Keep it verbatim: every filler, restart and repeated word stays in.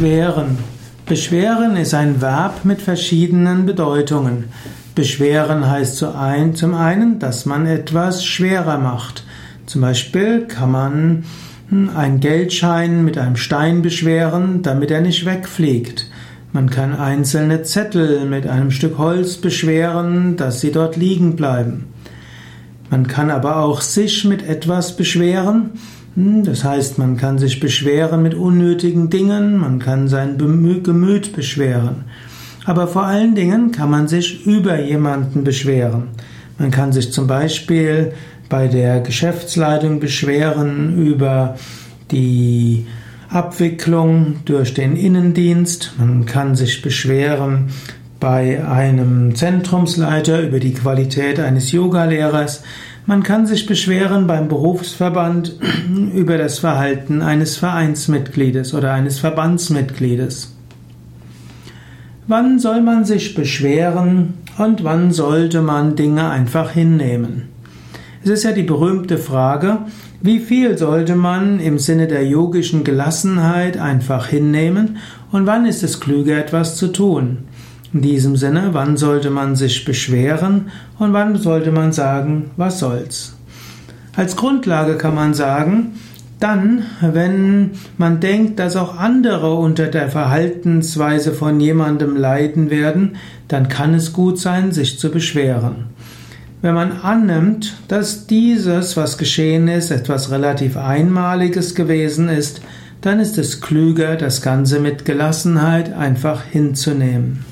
Beschweren. Beschweren ist ein Verb mit verschiedenen Bedeutungen. Beschweren heißt zum einen, dass man etwas schwerer macht. Zum Beispiel kann man einen Geldschein mit einem Stein beschweren, damit er nicht wegfliegt. Man kann einzelne Zettel mit einem Stück Holz beschweren, dass sie dort liegen bleiben. Man kann aber auch sich mit etwas beschweren. Das heißt, man kann sich beschweren mit unnötigen Dingen, man kann sein Gemüt beschweren. Aber vor allen Dingen kann man sich über jemanden beschweren. Man kann sich zum Beispiel bei der Geschäftsleitung beschweren über die Abwicklung durch den Innendienst. Man kann sich beschweren bei einem Zentrumsleiter über die Qualität eines Yogalehrers. Man kann sich beschweren beim Berufsverband über das Verhalten eines Vereinsmitgliedes oder eines Verbandsmitgliedes. Wann soll man sich beschweren und wann sollte man Dinge einfach hinnehmen? Es ist ja die berühmte Frage, wie viel sollte man im Sinne der yogischen Gelassenheit einfach hinnehmen und wann ist es klüger, etwas zu tun? In diesem Sinne, wann sollte man sich beschweren und wann sollte man sagen, was soll's? Als Grundlage kann man sagen, dann, wenn man denkt, dass auch andere unter der Verhaltensweise von jemandem leiden werden, dann kann es gut sein, sich zu beschweren. Wenn man annimmt, dass dieses, was geschehen ist, etwas relativ Einmaliges gewesen ist, dann ist es klüger, das Ganze mit Gelassenheit einfach hinzunehmen.